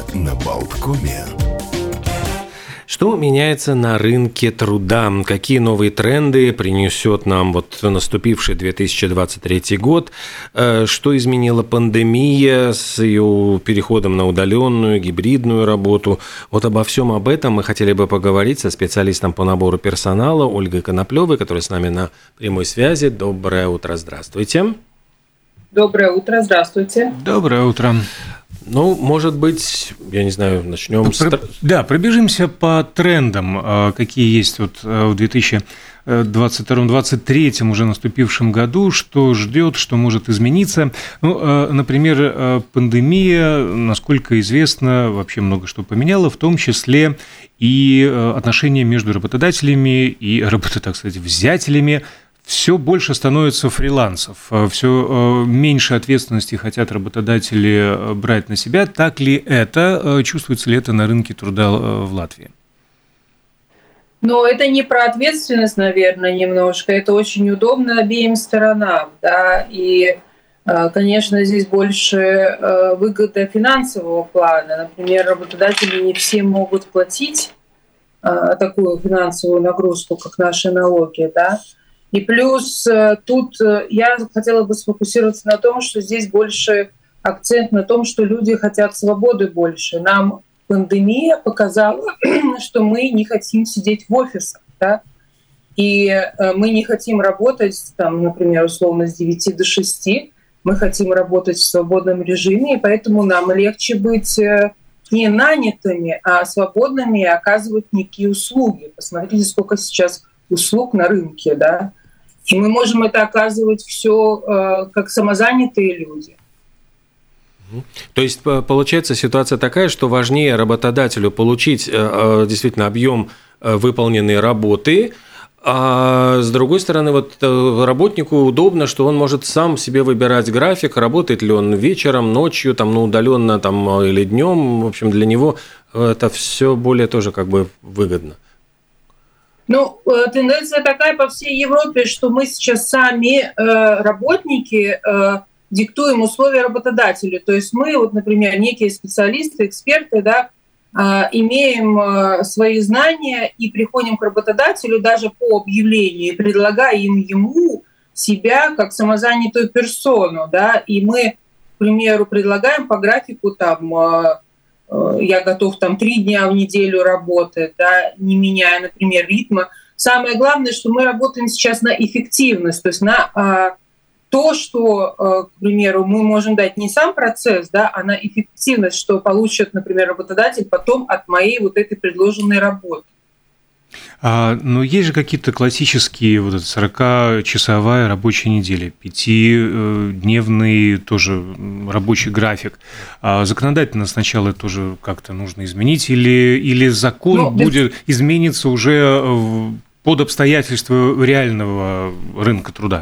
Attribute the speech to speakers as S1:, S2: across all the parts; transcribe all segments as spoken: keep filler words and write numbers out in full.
S1: на Болткоме.
S2: Что меняется на рынке труда? Какие новые тренды принесет нам вот наступивший две тысячи двадцать третий год? Что изменила пандемия с ее переходом на удаленную, гибридную работу? Вот обо всем об этом мы хотели бы поговорить со специалистом по набору персонала Ольгой Коноплевой, которая с нами на прямой связи. Доброе утро, здравствуйте.
S3: Доброе утро, здравствуйте.
S4: Доброе утро.
S2: Ну, может быть, я не знаю, начнем
S4: Про,
S2: с...
S4: Да, пробежимся по трендам, какие есть вот в две тысячи двадцать втором — двадцать третьем уже наступившем году, что ждет, что может измениться. Ну, например, пандемия, насколько известно, вообще много что поменяла, в том числе и отношения между работодателями и, работа, так сказать, взятелями. Все больше становится фрилансов, все меньше ответственности хотят работодатели брать на себя. Так ли это? Чувствуется ли это на рынке труда в Латвии?
S3: Но это не про ответственность, наверное, немножко. Это очень удобно обеим сторонам. Да? И, конечно, здесь больше выгода финансового плана. Например, работодатели не все могут платить такую финансовую нагрузку, как наши налоги, да? И плюс тут я хотела бы сфокусироваться на том, что здесь больше акцент на том, что люди хотят свободы больше. Нам пандемия показала, что мы не хотим сидеть в офисах, да? И мы не хотим работать, там, например, условно с девяти до шести. Мы хотим работать в свободном режиме, и поэтому нам легче быть не нанятыми, а свободными и оказывать некие услуги. Посмотрите, сколько сейчас услуг на рынке, да, и мы можем это оказывать все э, как самозанятые люди.
S2: То есть получается ситуация такая, что важнее работодателю получить э, действительно объем э, выполненной работы, а с другой стороны, вот работнику удобно, что он может сам себе выбирать график, работает ли он вечером, ночью, там, ну, удаленно там, или днем. В общем, для него это все более тоже как бы выгодно.
S3: Ну, тенденция такая по всей Европе, что мы сейчас сами, э, работники, э, диктуем условия работодателю. То есть мы, вот, например, некие специалисты, эксперты, да, э, имеем э, свои знания и приходим к работодателю даже по объявлению и предлагаем ему себя как самозанятую персону. Да, и мы, к примеру, предлагаем по графику там... Э, я готов там три дня в неделю работать, да, не меняя, например, ритма. Самое главное, что мы работаем сейчас на эффективность, то есть на а, то, что, а, к примеру, мы можем дать не сам процесс, да, а на эффективность, что получит, например, работодатель потом от моей вот этой предложенной работы.
S4: А, но есть же какие-то классические, вот эта сорокачасовая рабочая неделя, пятидневный тоже рабочий график. А законодательно сначала это тоже как-то нужно изменить, или, или закон ну, будет без... изменится уже под обстоятельства реального рынка труда?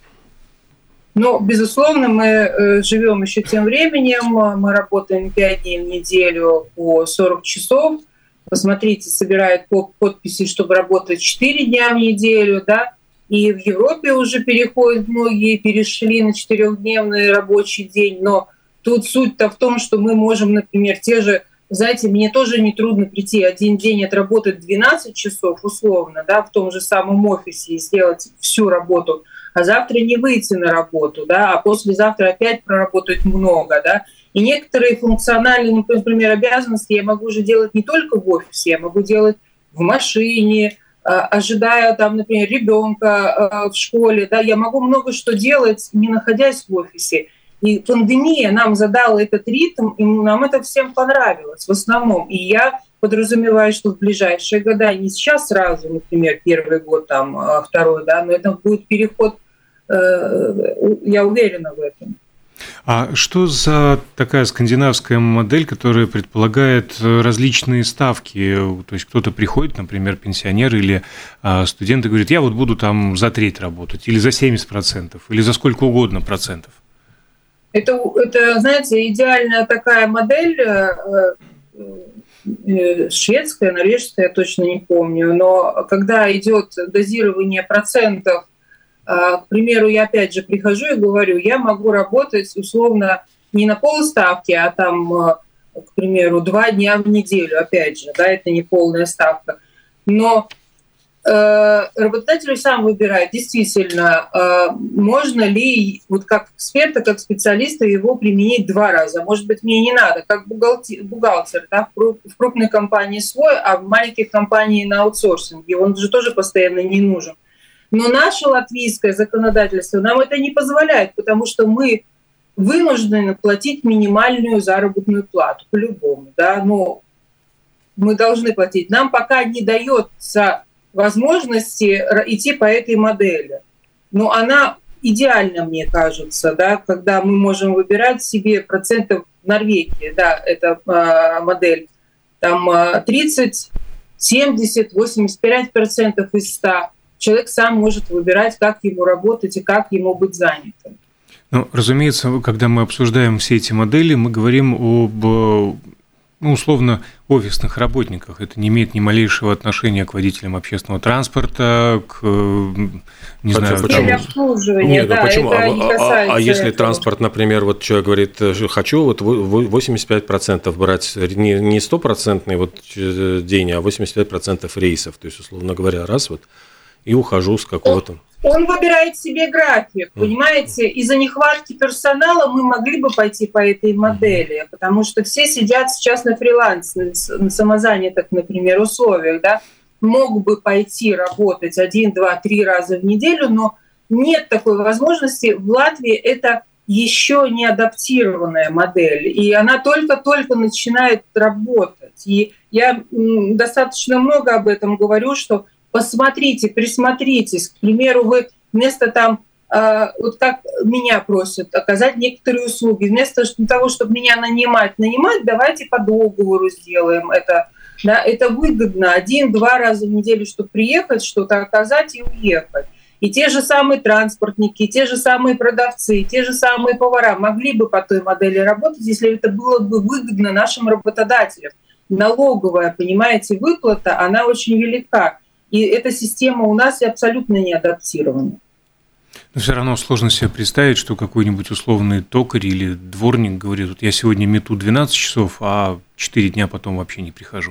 S3: Ну, безусловно, мы живем еще тем временем, мы работаем пять дней в неделю по сорок часов. Посмотрите, собирают подписи, чтобы работать четыре дня в неделю, да, и в Европе уже переходят, многие перешли на четырехдневный рабочий день, но тут суть-то в том, что мы можем, например, те же, знаете, мне тоже нетрудно прийти один день отработать двенадцать часов условно, да, в том же самом офисе и сделать всю работу, а завтра не выйти на работу, да, а послезавтра опять проработать много, да. И некоторые функциональные, например, обязанности я могу уже делать не только в офисе, я могу делать в машине, ожидая, там, например, ребенка в школе. Да, я могу много что делать, не находясь в офисе. И пандемия нам задала этот ритм, и нам это всем понравилось в основном. И я подразумеваю, что в ближайшие года, не сейчас сразу, например, первый год, там, второй, да, но это будет переход, я уверена в этом.
S4: А что за такая скандинавская модель, которая предполагает различные ставки? То есть кто-то приходит, например, пенсионер или студент и говорит, я вот буду там за треть работать, или за семьдесят процентов, или за сколько угодно процентов.
S3: Это, это, знаете, идеальная такая модель, шведская, норвежская, я точно не помню, но когда идет дозирование процентов, к примеру, я опять же прихожу и говорю, я могу работать условно не на полставки, а там к примеру, два дня в неделю, опять же, да, это не полная ставка. Но э, работодатель сам выбирает, действительно, э, можно ли, вот как эксперта, как специалиста, его применить два раза. Может быть, мне не надо, как бухгалтер, бухгалтер да, в крупной компании свой, а в маленьких компаниях на аутсорсинге. Он же тоже постоянно не нужен. Но наше латвийское законодательство нам это не позволяет, потому что мы вынуждены платить минимальную заработную плату по-любому. Да? Но мы должны платить. Нам пока не дается возможности идти по этой модели. Но она идеальна, мне кажется, да? Когда мы можем выбирать себе процентов в Норвегии, да, это э, модель, там э, тридцать, семьдесят, восемьдесят пять процентов из ста. Человек сам может выбирать, как ему работать и как ему быть занятым.
S4: Ну, разумеется, когда мы обсуждаем все эти модели, мы говорим об, ну, условно, офисных работниках. Это не имеет ни малейшего отношения к водителям общественного транспорта, к, не знаю...
S3: Почему? Обслуживание,
S2: Нет,
S3: да,
S2: ну почему?
S3: Это
S2: а,
S3: не
S2: а, а если
S3: этого.
S2: Транспорт, например, вот человек говорит, хочу вот восемьдесят пять процентов брать, не, не стопроцентный вот день, а восемьдесят пять процентов рейсов, то есть, условно говоря, раз вот, и ухожу с какого-то...
S3: Он выбирает себе график, понимаете? Из-за нехватки персонала мы могли бы пойти по этой модели, потому что все сидят сейчас на фрилансе, на самозанятых, например, условиях, да? Мог бы пойти работать один, два, три раза в неделю, но нет такой возможности. В Латвии это еще не адаптированная модель, и она только-только начинает работать. И я достаточно много об этом говорю, что посмотрите, присмотритесь. К примеру, вы вместо там, э, вот как меня просят, оказать некоторые услуги, вместо того, чтобы меня нанимать, нанимать, давайте по договору сделаем это. Да, это выгодно. Один-два раза в неделю, чтобы приехать, что-то оказать и уехать. И те же самые транспортники, те же самые продавцы, те же самые повара могли бы по той модели работать, если это было бы выгодно нашим работодателям. Налоговая, понимаете, выплата, она очень велика. И эта система у нас абсолютно не адаптирована.
S4: Но все равно сложно себе представить, что какой-нибудь условный токарь или дворник говорит, вот я сегодня мету двенадцать часов, а четыре дня потом вообще не прихожу.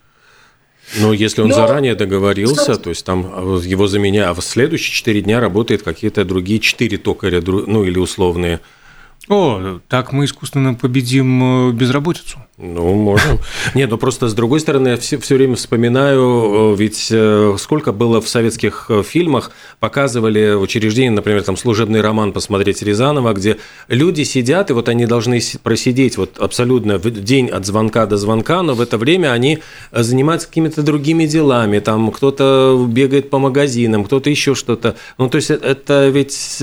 S2: Но если он
S3: Но...
S2: заранее договорился, то есть там его заменяют, а в следующие четыре дня работают какие-то другие четыре токаря, ну или условные.
S4: О, так мы искусственно победим безработицу.
S2: Ну, можем. Нет, ну просто с другой стороны, я все, все время вспоминаю, ведь сколько было в советских фильмах, показывали в учреждении, например, там «Служебный роман» посмотреть Рязанова, где люди сидят, и вот они должны просидеть вот абсолютно в день от звонка до звонка, но в это время они занимаются какими-то другими делами, там кто-то бегает по магазинам, кто-то еще что-то. Ну, то есть это ведь...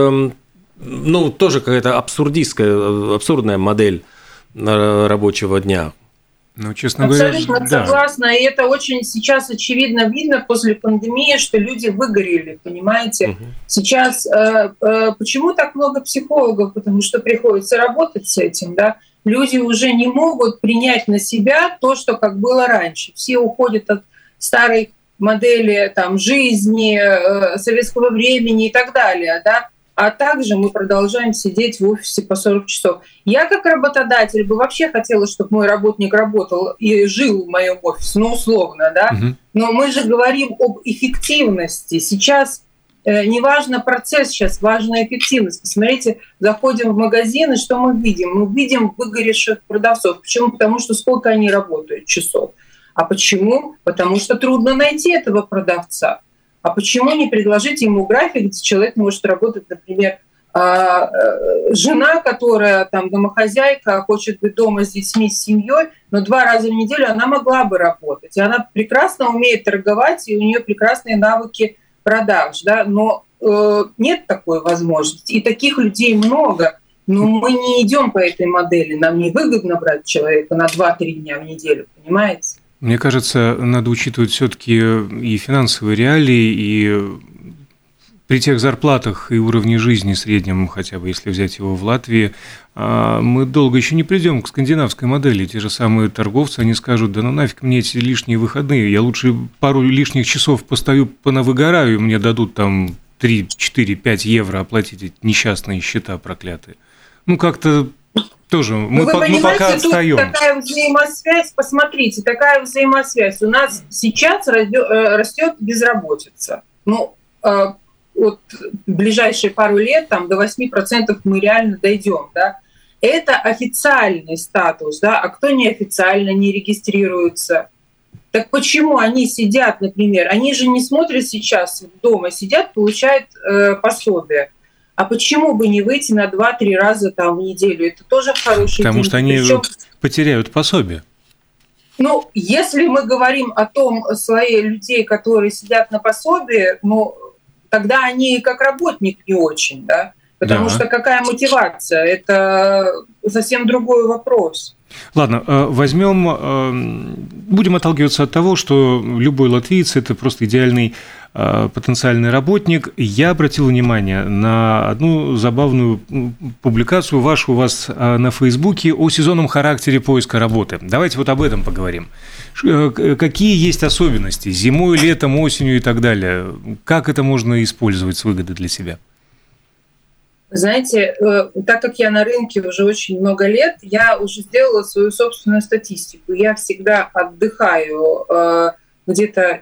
S2: Ну, тоже какая-то абсурдистская, абсурдная модель рабочего дня.
S4: Ну, честно говоря,
S3: абсолютно
S4: да.
S3: согласна. И это очень сейчас очевидно видно после пандемии, что люди выгорели, понимаете? Угу. Сейчас э, э, почему так много психологов? Потому что приходится работать с этим, да? Люди уже не могут принять на себя то, что как было раньше. Все уходят от старой модели там, жизни, э, советского времени и так далее, да? А также мы продолжаем сидеть в офисе по сорок часов. Я как работодатель бы вообще хотела, чтобы мой работник работал и жил в моем офисе, ну, условно, да. Uh-huh. Но мы же говорим об эффективности. Сейчас э, не важно процесс, сейчас важна эффективность. Посмотрите, заходим в магазин, и что мы видим? Мы видим выгоревших продавцов. Почему? Потому что сколько они работают часов. А почему? Потому что трудно найти этого продавца. А почему не предложить ему график, где человек может работать, например, жена, которая там домохозяйка, хочет быть дома с детьми, с семьей, но два раза в неделю она могла бы работать. И она прекрасно умеет торговать, и у нее прекрасные навыки продаж, да? Но э, нет такой возможности. И таких людей много. Но мы не идем по этой модели. Нам невыгодно брать человека на два-три дня в неделю, понимаете?
S4: Мне кажется, надо учитывать все-таки и финансовые реалии, и при тех зарплатах и уровне жизни среднем, хотя бы если взять его в Латвии, мы долго еще не придем к скандинавской модели. Те же самые торговцы, они скажут, да ну нафиг мне эти лишние выходные, я лучше пару лишних часов постою, понавыгораю, и мне дадут там три, четыре, пять евро оплатить эти несчастные счета проклятые. Ну, как-то... Тоже мы,
S3: вы
S4: по, мы пока отстаем.
S3: Тут такая взаимосвязь, посмотрите, такая взаимосвязь. У нас сейчас растет безработица. Ну, вот в ближайшие пару лет там, до восемь процентов мы реально дойдем, да. Это официальный статус, да, а кто неофициально не регистрируется? Так почему они сидят, например, они же не смотрят сейчас дома, сидят, получают э, пособие. А почему бы не выйти на два-три раза там в неделю? Это тоже хороший
S4: Потому
S3: день.
S4: что они Причем, потеряют пособие.
S3: Ну, если мы говорим о том слое людей, которые сидят на пособии, ну, тогда они как работник не очень, да? Потому да. что какая мотивация? Это совсем другой вопрос.
S4: Ладно, возьмем, будем отталкиваться от того, что любой латвиец – это просто идеальный потенциальный работник. Я обратил внимание на одну забавную публикацию вашу у вас на Фейсбуке о сезонном характере поиска работы. Давайте вот об этом поговорим. Какие есть особенности зимой, летом, осенью и так далее? Как это можно использовать с выгодой для себя?
S3: Знаете, так как я на рынке уже очень много лет, я уже сделала свою собственную статистику. Я всегда отдыхаю где-то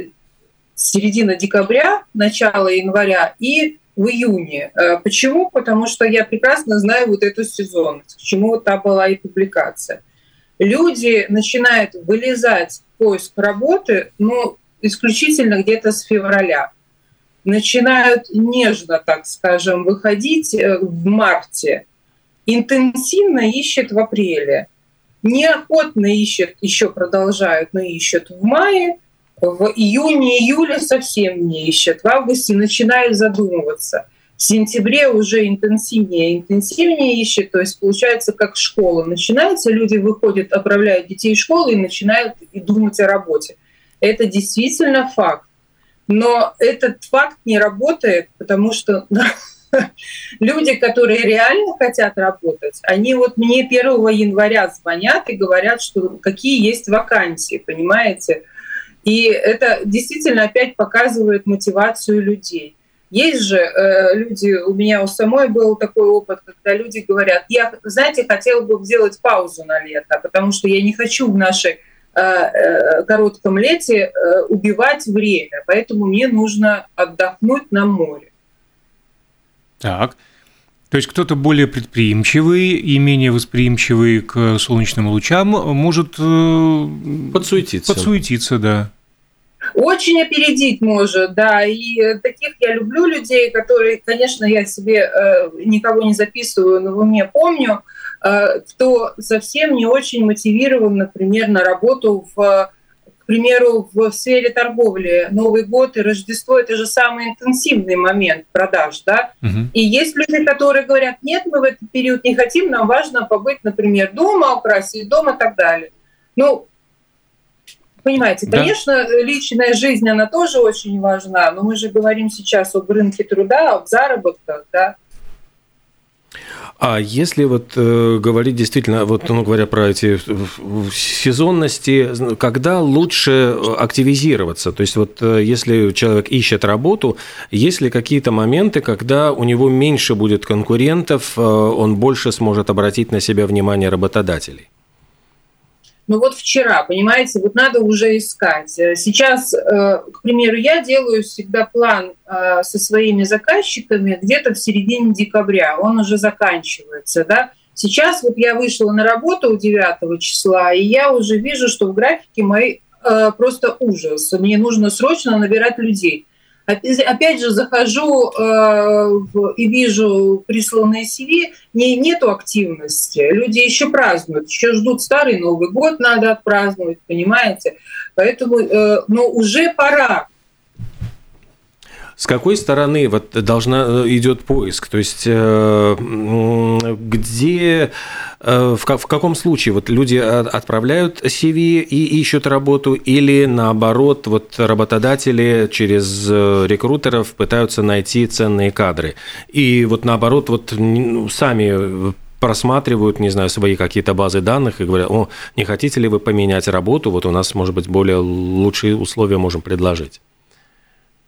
S3: с середины декабря, начало января и в июне. Почему? Потому что я прекрасно знаю вот эту сезонность, к чему та была и публикация. Люди начинают вылезать в поиск работы, ну, исключительно где-то с февраля. Начинают нежно, так скажем, выходить в марте, интенсивно ищут в апреле, неохотно ищут, еще продолжают, но ищут в мае, в июне, июле совсем не ищут, в августе начинают задумываться, в сентябре уже интенсивнее, интенсивнее ищут, то есть получается как школа начинается, люди выходят, отправляют детей в школу и начинают и думать о работе. Это действительно факт. Но этот факт не работает, потому что люди, которые реально хотят работать, они вот мне первого января звонят и говорят, что какие есть вакансии, понимаете? И это действительно опять показывает мотивацию людей. Есть же э, люди, у меня у самой был такой опыт, когда люди говорят, я, знаете, хотела бы сделать паузу на лето, потому что я не хочу в нашей коротком лете убивать время, поэтому мне нужно отдохнуть на море.
S4: Так, то есть кто-то более предприимчивый и менее восприимчивый к солнечным лучам может
S2: подсуетиться.
S4: Подсуетиться, да.
S3: Очень опередить может, да, и таких я люблю людей, которые, конечно, я себе никого не записываю, но в уме помню, кто совсем не очень мотивирован, например, на работу, в, к примеру, в сфере торговли. Новый год и Рождество – это же самый интенсивный момент продаж, да? Uh-huh. И есть люди, которые говорят, нет, мы в этот период не хотим, нам важно побыть, например, дома, украсить дом и так далее. Ну, понимаете, да. Конечно, личная жизнь, она тоже очень важна, но мы же говорим сейчас об рынке труда, об заработках, да?
S2: А если вот э, говорить действительно, вот, ну, говоря про эти сезонности, когда лучше активизироваться? То есть вот если человек ищет работу, есть ли какие-то моменты, когда у него меньше будет конкурентов, он больше сможет обратить на себя внимание работодателей?
S3: Ну вот вчера, понимаете, вот надо уже искать. Сейчас, к примеру, я делаю всегда план со своими заказчиками где-то в середине декабря, он уже заканчивается, да. Сейчас вот я вышла на работу девятого числа, и я уже вижу, что в графике моей просто ужас. Мне нужно срочно набирать людей. Опять же, захожу э, и вижу присланные си ви, не, нету активности. Люди еще празднуют, еще ждут Старый Новый год, надо отпраздновать, понимаете? Поэтому, э, но уже пора.
S2: С какой стороны вот должна идет поиск? То есть где, в каком случае вот люди отправляют си ви и ищут работу, или наоборот вот работодатели через рекрутеров пытаются найти ценные кадры? И вот наоборот вот сами просматривают, не знаю, свои какие-то базы данных и говорят, о, не хотите ли вы поменять работу? Вот у нас, может быть, более лучшие условия можем предложить.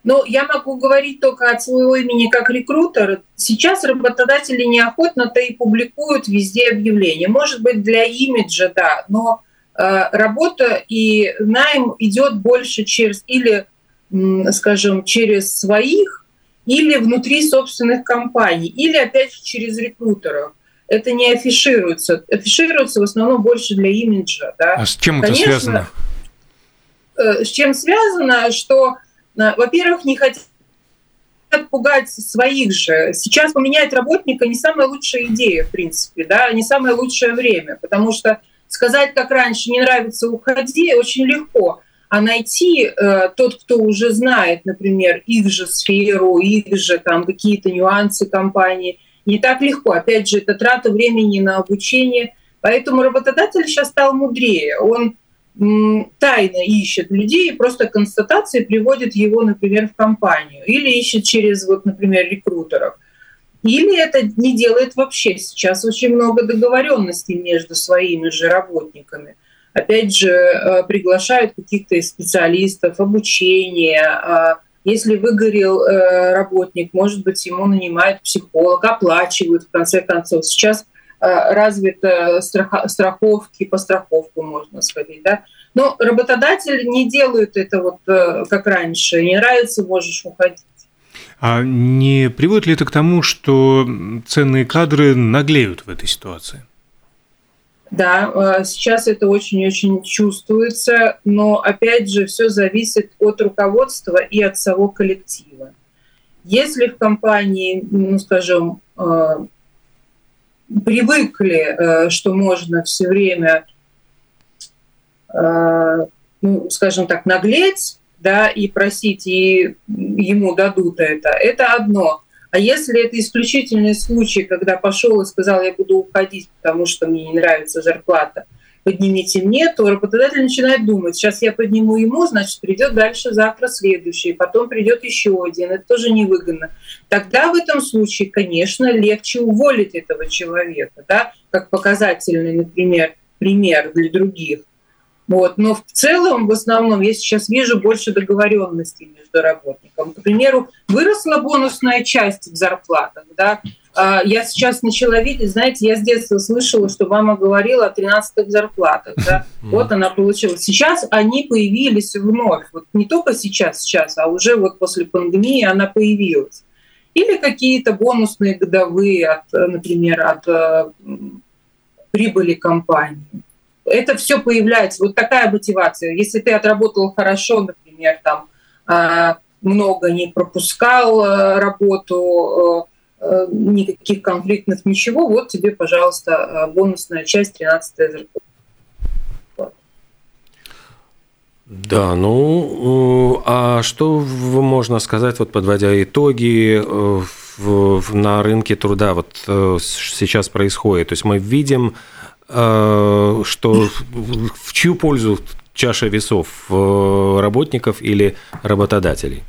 S3: Но я могу говорить только от своего имени как рекрутер. Сейчас работодатели неохотно-то и публикуют везде объявления. Может быть, для имиджа, да, но э, работа и найм идет больше через или, м, скажем, через своих, или внутри собственных компаний, или, опять же, через рекрутеров. Это не афишируется. Афишируется в основном больше для имиджа. Да.
S4: А с чем
S3: Конечно,
S4: это связано?
S3: Э, с чем связано, что во-первых, не хотят пугать своих же. Сейчас поменять работника не самая лучшая идея, в принципе, да, не самое лучшее время, потому что сказать, как раньше, не нравится, уходи, очень легко. А найти э, тот, кто уже знает, например, их же сферу, их же там какие-то нюансы компании, не так легко. Опять же, это трата времени на обучение. Поэтому работодатель сейчас стал мудрее. Он тайно ищет людей и просто констатации приводит его, например, в компанию. Или ищет через, вот, например, рекрутеров. Или это не делает вообще. Сейчас очень много договоренностей между своими же работниками. Опять же, приглашают каких-то специалистов, обучение. Если выгорел работник, может быть, ему нанимают психолог, оплачивают, в конце концов. Сейчас развиты страховки, по страховку можно сходить, да. Но работодатель не делает это вот как раньше. Не нравится, можешь уходить.
S4: А не приводит ли это к тому, что ценные кадры наглеют в этой ситуации?
S3: Да, сейчас это очень-очень чувствуется, но опять же все зависит от руководства и от самого коллектива. Если в компании, ну, скажем, привыкли, что можно все время, ну, скажем так, наглеть, да, и просить, и ему дадут это, это одно. А если это исключительный случай, когда пошел и сказал, я буду уходить, потому что мне не нравится зарплата, поднимите мне, то работодатель начинает думать, сейчас я подниму ему, значит, придет дальше завтра следующий, потом придет еще один, это тоже невыгодно. Тогда в этом случае, конечно, легче уволить этого человека, да, как показательный, например, пример для других. Вот. Но в целом, в основном, я сейчас вижу больше договоренностей между работниками. К примеру, выросла бонусная часть в зарплатах. Да? Я сейчас начала видеть, знаете, я с детства слышала, что мама говорила о тринадцатых зарплатах. Да? Вот она получила. Сейчас они появились вновь. Вот не только сейчас, сейчас, а уже вот после пандемии она появилась. Или какие-то бонусные годовые, от, например, от прибыли компании. Это все появляется. Вот такая мотивация. Если ты отработал хорошо, например, там много не пропускал работу, никаких конфликтных, ничего, вот тебе, пожалуйста, бонусная часть, тринадцатая зарплата.
S2: Да, ну, а что можно сказать, вот подводя итоги, на рынке труда вот сейчас происходит? То есть мы видим, что в чью пользу чаша весов, работников или работодателей?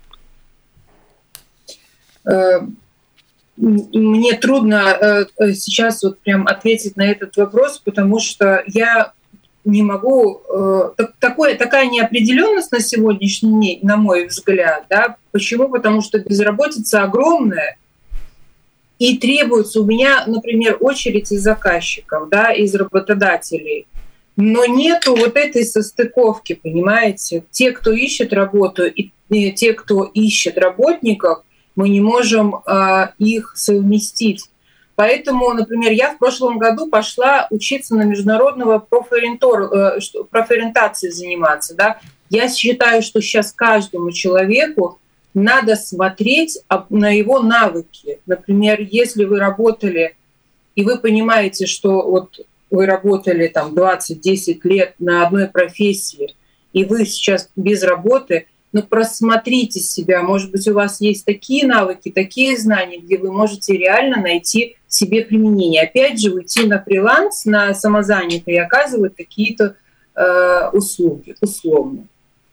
S3: Мне трудно сейчас вот прям ответить на этот вопрос, потому что я не могу... Такое, такая неопределенность на сегодняшний день, на мой взгляд, да? Почему? Потому что безработица огромная, и требуется у меня, например, очередь из заказчиков, да, из работодателей. Но нету вот этой состыковки, понимаете? Те, кто ищет работу, и те, кто ищет работников, мы не можем э, их совместить. Поэтому, например, я в прошлом году пошла учиться на международного профориентор, э, профориентации заниматься. Да? Я считаю, что сейчас каждому человеку надо смотреть на его навыки. Например, если вы работали, и вы понимаете, что вот вы работали там двадцать-десять лет на одной профессии, и вы сейчас без работы, ну просмотрите себя. Может быть, у вас есть такие навыки, такие знания, где вы можете реально найти себе применение. Опять же, уйти на фриланс, на самозанятый и оказывать какие-то э, услуги, условно.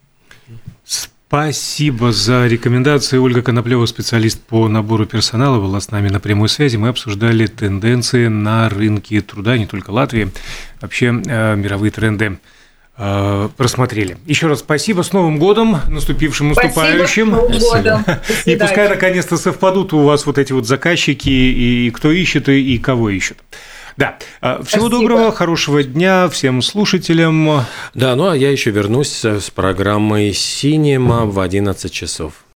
S4: Спасибо за рекомендации. Ольга Коноплева, специалист по набору персонала, была с нами на прямой связи. Мы обсуждали тенденции на рынке труда, не только Латвии, вообще э, мировые тренды просмотрели. Еще раз спасибо. С Новым годом, наступившим, наступающим.
S3: Спасибо, с Новым годом.
S4: И пускай наконец-то совпадут у вас вот эти вот заказчики, и кто ищет, и кого ищет. Да. Всего Спасибо. Доброго, хорошего дня всем слушателям.
S2: Да, ну а я еще вернусь с программой «Синема» в одиннадцать часов.